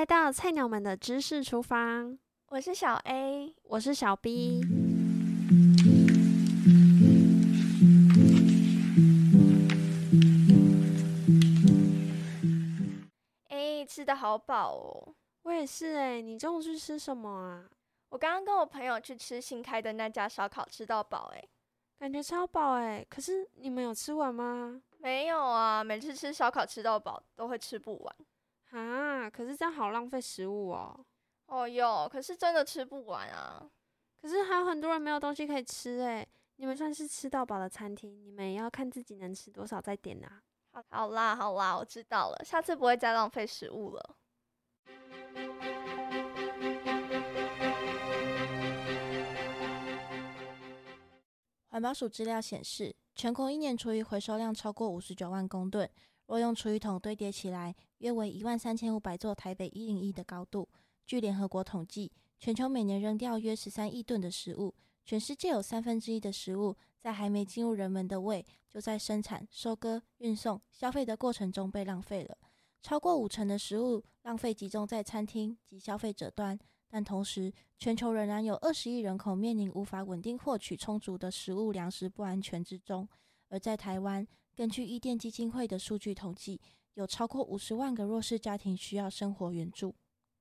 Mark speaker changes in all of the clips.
Speaker 1: 到菜鸟们的知识厨房，
Speaker 2: 我是小 A，
Speaker 1: 我是小 B。
Speaker 2: 吃得好饱哦。
Speaker 1: 我也是欸，你中午去吃什么啊？
Speaker 2: 我刚刚跟我朋友去吃新开的那家烧烤，吃到饱欸。
Speaker 1: 感觉超饱欸，可是你们有吃完吗？
Speaker 2: 没有啊，每次吃烧烤吃到饱都会吃不完。
Speaker 1: 可是这样好浪费食物哦。
Speaker 2: 哦哟，可是真的吃不完啊。
Speaker 1: 可是还有很多人没有东西可以吃欸，你们算是吃到饱的餐厅，你们也要看自己能吃多少再点啊。
Speaker 2: 好啦，我知道了，下次不会再浪费食物了。
Speaker 3: 环保署资料显示，全国1年厨余回收量超过59万公吨，若用厨余桶堆叠起来，约为13500座台北101的高度。据联合国统计，全球每年扔掉约13亿吨的食物，全世界有1/3的食物在还没进入人们的胃，就在生产、收割、运送、消费的过程中被浪费了。超过50%的食物浪费集中在餐厅及消费者端，但同时，全球仍然有20亿人口面临无法稳定获取充足的食物粮食不安全之中。而在台湾，根据伊甸基金会的数据统计，有超过50万个弱势家庭需要生活援助。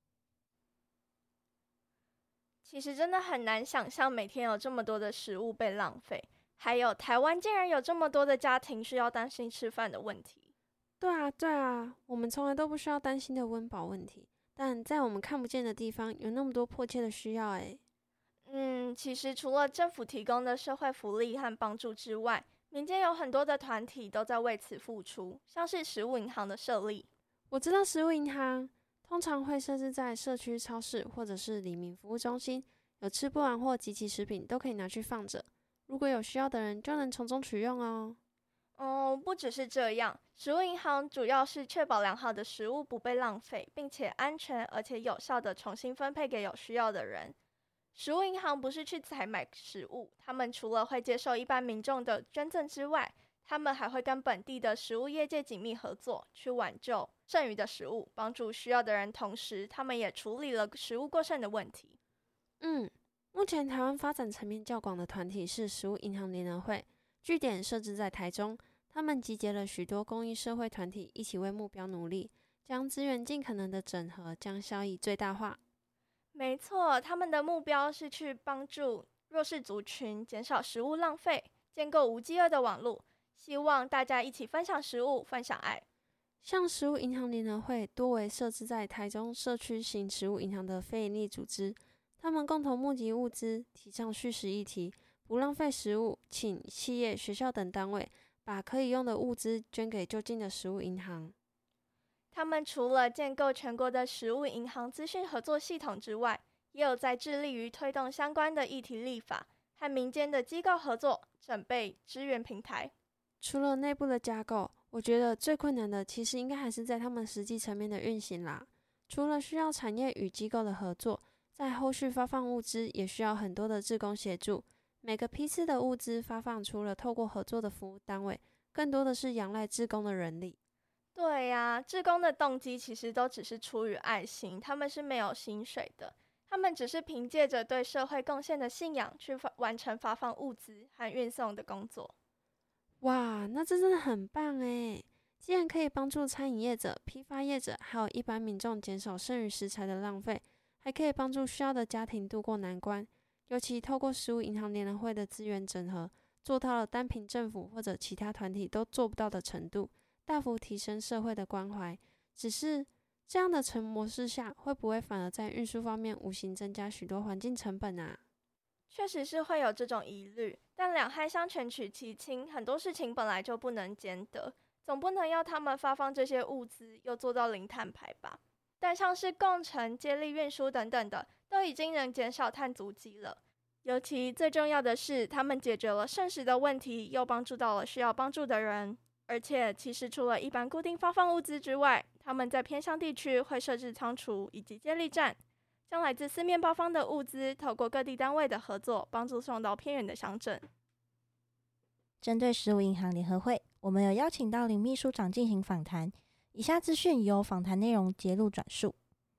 Speaker 2: 其实真的很难想象每天有这么多的食物被浪费，还有台湾竟然有这么多的家庭需要担心吃饭的问题。
Speaker 1: 对啊，我们从来都不需要担心的温饱问题，但在我们看不见的地方有那么多迫切的需要欸。
Speaker 2: 其实除了政府提供的社会福利和帮助之外，民间有很多的团体都在为此付出，像是食物银行的设立。
Speaker 1: 我知道食物银行通常会设置在社区超市或者是里民服务中心，有吃不完或即期食品都可以拿去放着，如果有需要的人就能从中取用哦。
Speaker 2: 不只是这样，食物银行主要是确保良好的食物不被浪费，并且安全而且有效的重新分配给有需要的人。食物银行不是去采买食物，他们除了会接受一般民众的捐赠之外，他们还会跟本地的食物业界紧密合作，去挽救剩余的食物，帮助需要的人，同时他们也处理了食物过剩的问题。
Speaker 1: 目前台湾发展层面较广的团体是食物银行联合会，据点设置在台中，他们集结了许多公益社会团体一起为目标努力，将资源尽可能的整合，将效益最大化。
Speaker 2: 没错，他们的目标是去帮助弱势族群减少食物浪费，建构无饥饿的网络，希望大家一起分享食物，分享爱。
Speaker 1: 像食物银行联合会多为设置在台中社区型食物银行的非营利组织，他们共同募集物资，提倡续食议题，不浪费食物，请企业、学校等单位把可以用的物资捐给就近的食物银行。
Speaker 2: 他们除了建构全国的食物银行资讯合作系统之外，也有在致力于推动相关的议题立法，和民间的机构合作，准备支援平台。
Speaker 1: 除了内部的架构，我觉得最困难的其实应该还是在他们实际层面的运行啦。除了需要产业与机构的合作，在后续发放物资也需要很多的志工协助。每个批次的物资发放，除了透过合作的服务单位，更多的是仰赖志工的人力。
Speaker 2: 对呀，志工的动机其实都只是出于爱心，他们是没有薪水的，他们只是凭借着对社会贡献的信仰去完成发放物资和运送的工作。
Speaker 1: 哇，那这真的很棒诶！既然可以帮助餐饮业者、批发业者还有一般民众减少剩余食材的浪费，还可以帮助需要的家庭渡过难关。尤其透过食物银行联合会的资源整合，做到了单凭政府或者其他团体都做不到的程度，大幅提升社会的关怀。只是这样的模式下，会不会反而在运输方面无形增加许多环境成本啊？
Speaker 2: 确实是会有这种疑虑，但两害相权取其轻，很多事情本来就不能兼得，总不能要他们发放这些物资又做到零碳排吧。但像是共乘、接力运输等等的，都已经能减少碳足迹了。尤其最重要的是，他们解决了剩食的问题，又帮助到了需要帮助的人。而且其实除了一般固定发放物资之外，他们在偏乡地区会设置仓储以及接力站，将来自四面八方的物资透过各地单位的合作，帮助送到偏远的乡镇。
Speaker 3: 针对食物银行联合会，我们有邀请到林秘书长进行访谈，以下资讯由访谈内容节录转述。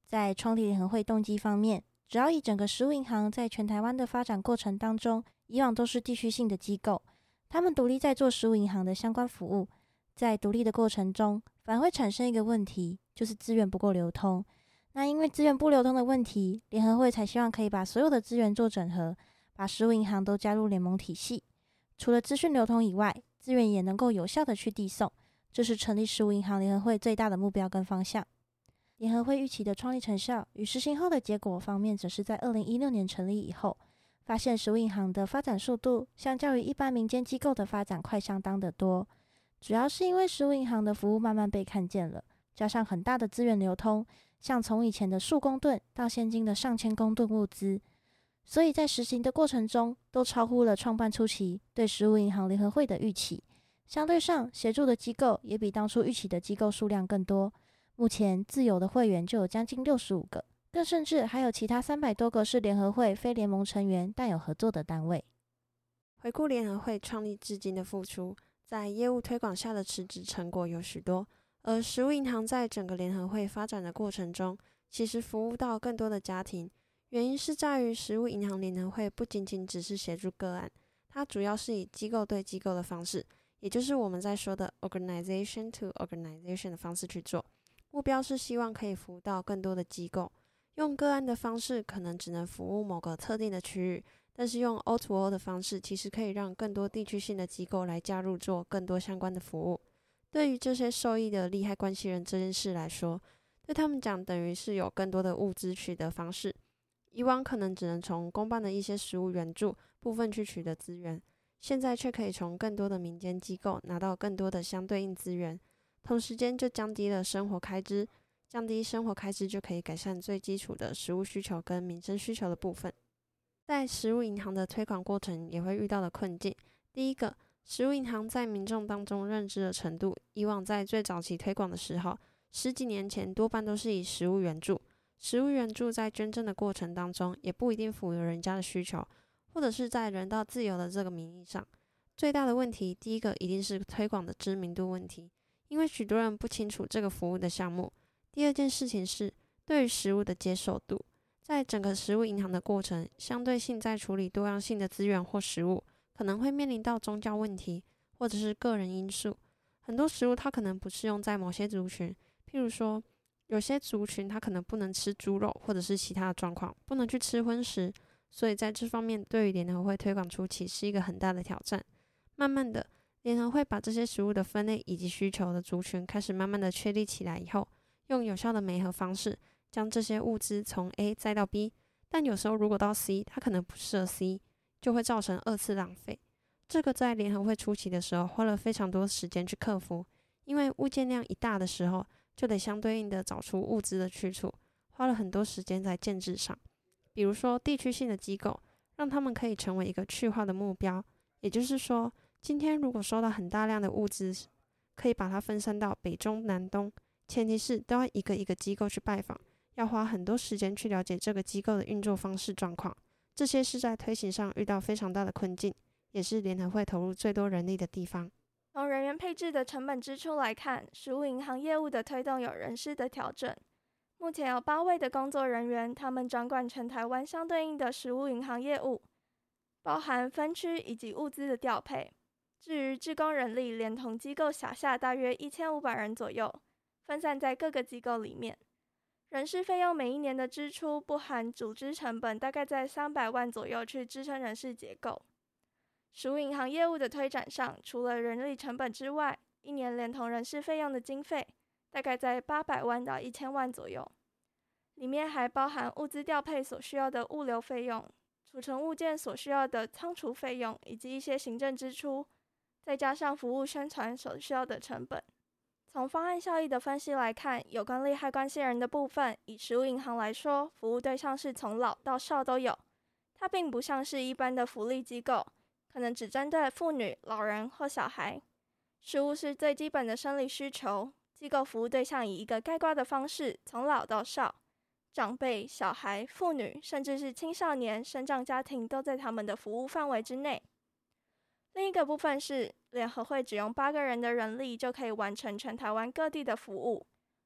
Speaker 3: 在创立联合会动机方面，主要以整个食物银行在全台湾的发展过程当中，以往都是地区性的机构，他们独立在做食物银行的相关服务，在独立的过程中，反而会产生一个问题，就是资源不够流通。那因为资源不流通的问题，联合会才希望可以把所有的资源做整合，把食物银行都加入联盟体系。除了资讯流通以外，资源也能够有效的去递送，这是成立食物银行联合会最大的目标跟方向。联合会预期的创立成效与实行后的结果方面，则是在2016年成立以后，发现食物银行的发展速度相较于一般民间机构的发展快相当的多，主要是因为食物银行的服务慢慢被看见了，加上很大的资源流通，像从以前的数公吨到现今的上千公吨物资，所以在实行的过程中都超乎了创办初期对食物银行联合会的预期，相对上协助的机构也比当初预期的机构数量更多，目前自有的会员就有将近65个，更甚至还有其他300多个是联合会非联盟成员但有合作的单位。
Speaker 1: 回顾联合会创立至今的付出，在业务推广下的实质成果有许多，而食物银行在整个联合会发展的过程中，其实服务到更多的家庭，原因是在于食物银行联合会不仅仅只是协助个案，它主要是以机构对机构的方式，也就是我们在说的 organization to organization 的方式去做，目标是希望可以服务到更多的机构。用个案的方式可能只能服务某个特定的区域，但是用 O2O 的方式，其实可以让更多地区性的机构来加入做更多相关的服务。对于这些受益的利害关系人这件事来说，对他们讲等于是有更多的物资取得方式。以往可能只能从公办的一些食物援助部分去取得资源，现在却可以从更多的民间机构拿到更多的相对应资源，同时间就降低了生活开支，降低生活开支就可以改善最基础的食物需求跟民生需求的部分。在食物银行的推广过程也会遇到的困境，第一个，食物银行在民众当中认知的程度，以往在最早期推广的时候，10几年前多半都是以食物援助，食物援助在捐赠的过程当中也不一定符合人家的需求，或者是在人道自由的这个名义上。最大的问题，第一个一定是推广的知名度问题，因为许多人不清楚这个服务的项目。第二件事情是对于食物的接受度，在整个食物银行的过程，相对性在处理多样性的资源或食物，可能会面临到宗教问题，或者是个人因素。很多食物它可能不适用在某些族群，譬如说有些族群它可能不能吃猪肉，或者是其他的状况，不能去吃荤食，所以在这方面对于联合会推广初期是一个很大的挑战。慢慢的，联合会把这些食物的分类以及需求的族群开始慢慢的确立起来以后，用有效的媒合方式将这些物资从 A 载到 B， 但有时候如果到 C 它可能不适合 C， 就会造成2次浪费。这个在联合会初期的时候花了非常多时间去克服，因为物件量一大的时候就得相对应的找出物资的去处，花了很多时间在建制上。比如说地区性的机构，让他们可以成为一个去化的目标，也就是说今天如果收到很大量的物资，可以把它分散到北中南东，前提是都要一个一个机构去拜访，要花很多时间去了解这个机构的运作方式状况，这些是在推行上遇到非常大的困境，也是联合会投入最多人力的地方。
Speaker 2: 从人员配置的成本支出来看，食物银行业务的推动有人事的调整。目前有8位的工作人员，他们掌管全台湾相对应的食物银行业务，包含分区以及物资的调配。至于志工人力，连同机构辖下大约1500人左右，分散在各个机构里面。人事费用每一年的支出不含组织成本，大概在300万左右去支撑人事结构。食物银行业务的推展上，除了人力成本之外，一年连同人事费用的经费大概在800万到1000万左右，里面还包含物资调配所需要的物流费用、储存物件所需要的仓储费用，以及一些行政支出，再加上服务宣传所需要的成本。从方案效益的分析来看，有关利害关系人的部分，以食物银行来说，服务对象是从老到少都有，它并不像是一般的福利机构，可能只针对妇女、老人或小孩。食物是最基本的生理需求，机构服务对象以一个概括的方式，从老到少，长辈、小孩、妇女，甚至是青少年、身障家庭都在他们的服务范围之内。另一个部分是联合会只用8个人的人力就可以完成全台湾各地的服务，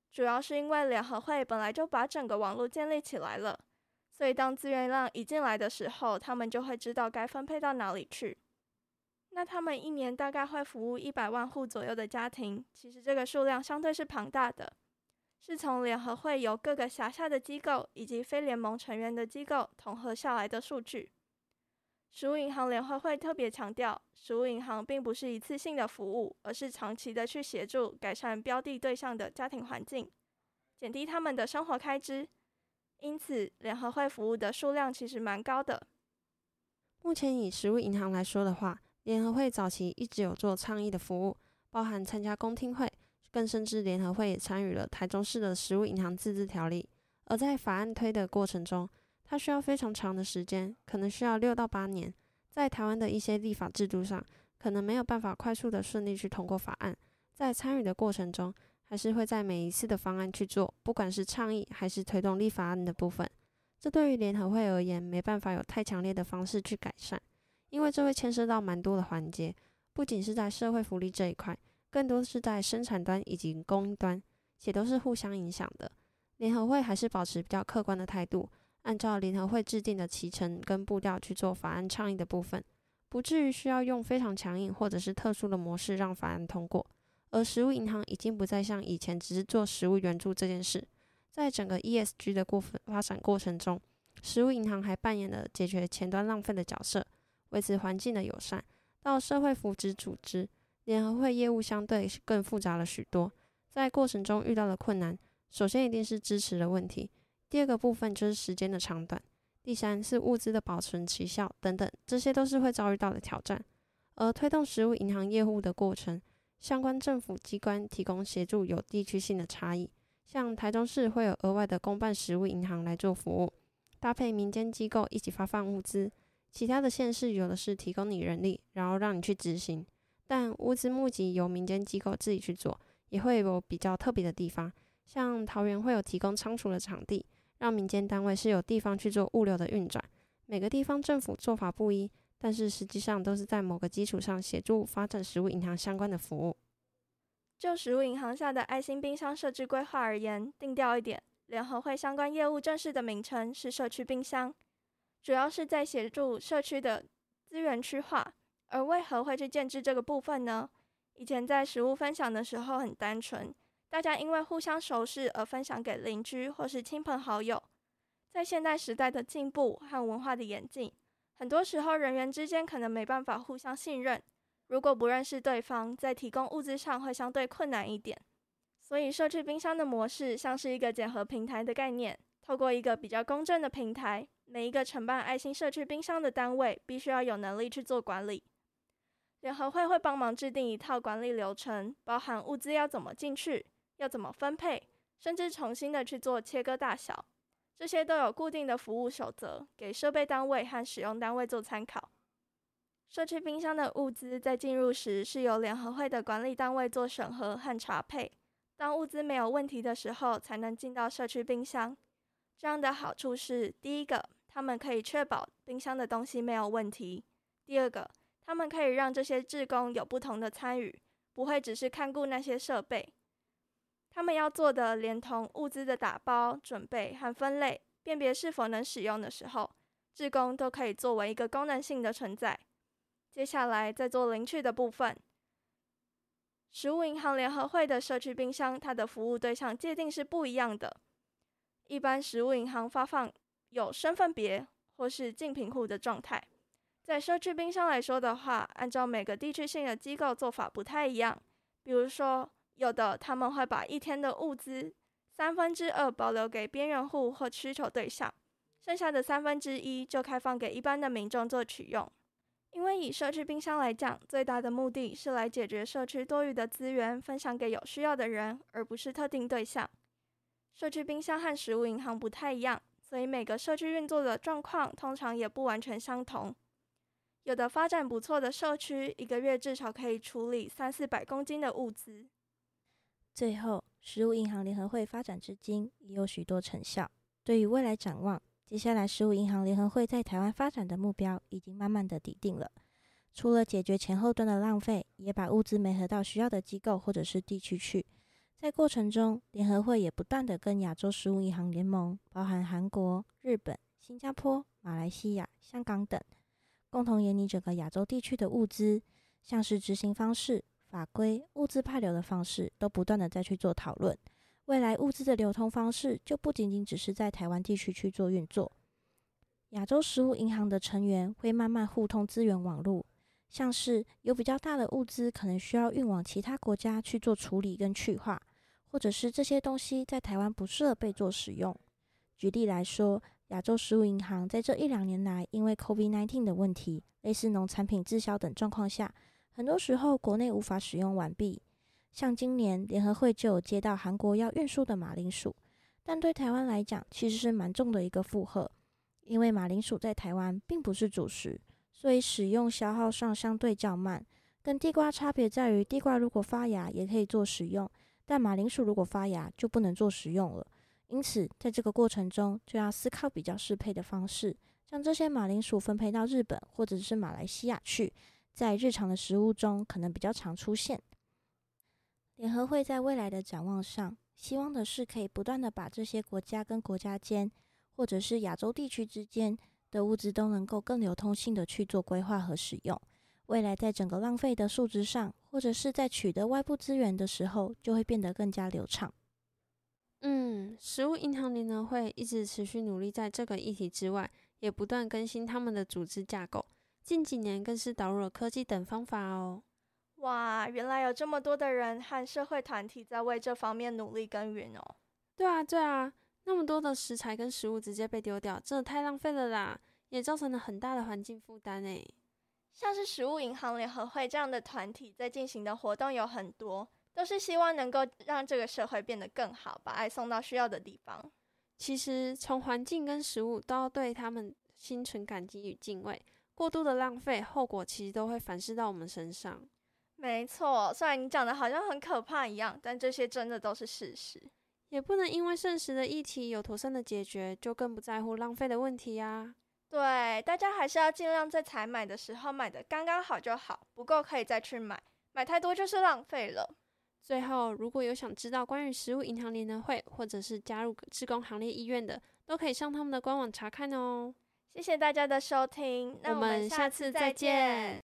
Speaker 2: 主要是因为联合会本来就把整个网络建立起来了，所以当资源量一进来的时候，他们就会知道该分配到哪里去。那他们一年大概会服务100万户左右的家庭，其实这个数量相对是庞大的，是从联合会由各个辖下的机构以及非联盟成员的机构统合下来的数据。食物银行联合会特别强调，食物银行并不是一次性的服务，而是长期的去协助改善标的对象的家庭环境，减低他们的生活开支。因此，联合会服务的数量其实蛮高的。
Speaker 1: 目前以食物银行来说的话，联合会早期一直有做倡议的服务，包含参加公听会，更甚至联合会也参与了台中市的食物银行自治条例。而在法案推的过程中，它需要非常长的时间，可能需要6到8年。在台湾的一些立法制度上，可能没有办法快速的顺利去通过法案。在参与的过程中，还是会在每一次的方案去做，不管是倡议还是推动立法案的部分。这对于联合会而言，没办法有太强烈的方式去改善，因为这会牵涉到蛮多的环节，不仅是在社会福利这一块，更多是在生产端以及供应端，且都是互相影响的。联合会还是保持比较客观的态度，按照联合会制定的期程跟步调去做法案倡议的部分，不至于需要用非常强硬或者是特殊的模式让法案通过。而食物银行已经不再像以前只是做食物援助这件事，在整个 ESG 的发展过程中，食物银行还扮演了解决前端浪费的角色，维持环境的友善，到社会福祉组织，联合会业务相对更复杂了许多。在过程中遇到的困难，首先一定是支持的问题，第二个部分就是时间的长短，第三是物资的保存期效等等，这些都是会遭遇到的挑战。而推动食物银行业务的过程，相关政府机关提供协助有地区性的差异，像台中市会有额外的公办食物银行来做服务，搭配民间机构一起发放物资。其他的县市有的是提供你人力，然后让你去执行，但物资募集由民间机构自己去做，也会有比较特别的地方，像桃园会有提供仓储的场地，让民间单位是有地方去做物流的运转。每个地方政府做法不一，但是实际上都是在某个基础上协助发展食物银行相关的服务。
Speaker 2: 就食物银行下的爱心冰箱设置规划而言，定调一点，联合会相关业务正式的名称是社区冰箱，主要是在协助社区的资源区划。而为何会去建制这个部分呢？以前在食物分享的时候很单纯，大家因为互相熟识而分享给邻居或是亲朋好友。在现代时代的进步和文化的演进，很多时候人员之间可能没办法互相信任，如果不认识对方，在提供物资上会相对困难一点。所以社区冰箱的模式像是一个检核平台的概念，透过一个比较公正的平台，每一个承办爱心社区冰箱的单位必须要有能力去做管理。联合会会帮忙制定一套管理流程，包含物资要怎么进去，要怎么分配，甚至重新的去做切割大小，这些都有固定的服务守则，给设备单位和使用单位做参考。社区冰箱的物资在进入时是由联合会的管理单位做审核和查配，当物资没有问题的时候才能进到社区冰箱。这样的好处是，第一个，他们可以确保冰箱的东西没有问题；第二个，他们可以让这些志工有不同的参与，不会只是看顾那些设备。他们要做的连同物资的打包、准备和分类，辨别是否能使用的时候，志工都可以作为一个功能性的存在。接下来再做领取的部分。食物银行联合会的社区冰箱，它的服务对象界定是不一样的。一般食物银行发放有身份别或是竞品户的状态。在社区冰箱来说的话，按照每个地区性的机构做法不太一样。比如说，有的他们会把一天的物资2/3保留给边缘户或需求对象，剩下的1/3就开放给一般的民众做取用。因为以社区冰箱来讲，最大的目的是来解决社区多余的资源分享给有需要的人，而不是特定对象。社区冰箱和食物银行不太一样，所以每个社区运作的状况通常也不完全相同。有的发展不错的社区，一个月至少可以处理300-400公斤的物资。
Speaker 3: 最后，食物银行联合会发展至今也有许多成效。对于未来展望，接下来食物银行联合会在台湾发展的目标已经慢慢的拟定了。除了解决前后端的浪费，也把物资媒合到需要的机构或者是地区去。 在过程中，联合会也不断地跟亚洲食物银行联盟，包含韩国、日本、新加坡、马来西亚、香港等，共同研拟整个亚洲地区的物资，像是执行方式、法规、物资派流的方式，都不断地再去做讨论。未来物资的流通方式就不仅仅只是在台湾地区去做运作。亚洲食物银行的成员会慢慢互通资源网络，像是有比较大的物资可能需要运往其他国家去做处理跟去化，或者是这些东西在台湾不适合被做使用。举例来说，亚洲食物银行在这1-2年来，因为 COVID-19 的问题，类似农产品滞销等状况下，很多时候国内无法使用完毕。像今年联合会就有接到韩国要运输的马铃薯，但对台湾来讲其实是蛮重的一个负荷，因为马铃薯在台湾并不是主食，所以使用消耗上相对较慢。跟地瓜差别在于，地瓜如果发芽也可以做食用，但马铃薯如果发芽就不能做食用了。因此在这个过程中就要思考比较适配的方式，将这些马铃薯分配到日本或者是马来西亚去，在日常的食物中可能比较常出现。联合会在未来的展望上，希望的是可以不断的把这些国家跟国家间，或者是亚洲地区之间的物资都能够更流通性的去做规划和使用。未来在整个浪费的数值上，或者是在取得外部资源的时候，就会变得更加流畅。
Speaker 1: 食物银行联合会一直持续努力在这个议题之外，也不断更新他们的组织架构，近几年更是导入了科技等方法哦。
Speaker 2: 哇，原来有这么多的人和社会团体在为这方面努力耕耘哦。
Speaker 1: 对啊，那么多的食材跟食物直接被丢掉，真的太浪费了啦，也造成了很大的环境负担诶。
Speaker 2: 像是食物银行联合会这样的团体在进行的活动有很多，都是希望能够让这个社会变得更好，把爱送到需要的地方。
Speaker 1: 其实从环境跟食物都要对他们心存感激与敬畏，过度的浪费后果其实都会反噬到我们身上。
Speaker 2: 没错，虽然你讲的好像很可怕一样，但这些真的都是事实。
Speaker 1: 也不能因为剩食的议题有妥善的解决，就更不在乎浪费的问题啊。
Speaker 2: 对，大家还是要尽量在采买的时候买的刚刚好就好，不够可以再去买，买太多就是浪费了。
Speaker 1: 最后，如果有想知道关于食物银行联合会，或者是加入志工行列意愿的，都可以上他们的官网查看哦。
Speaker 2: 谢谢大家的收听，那我们下次再见。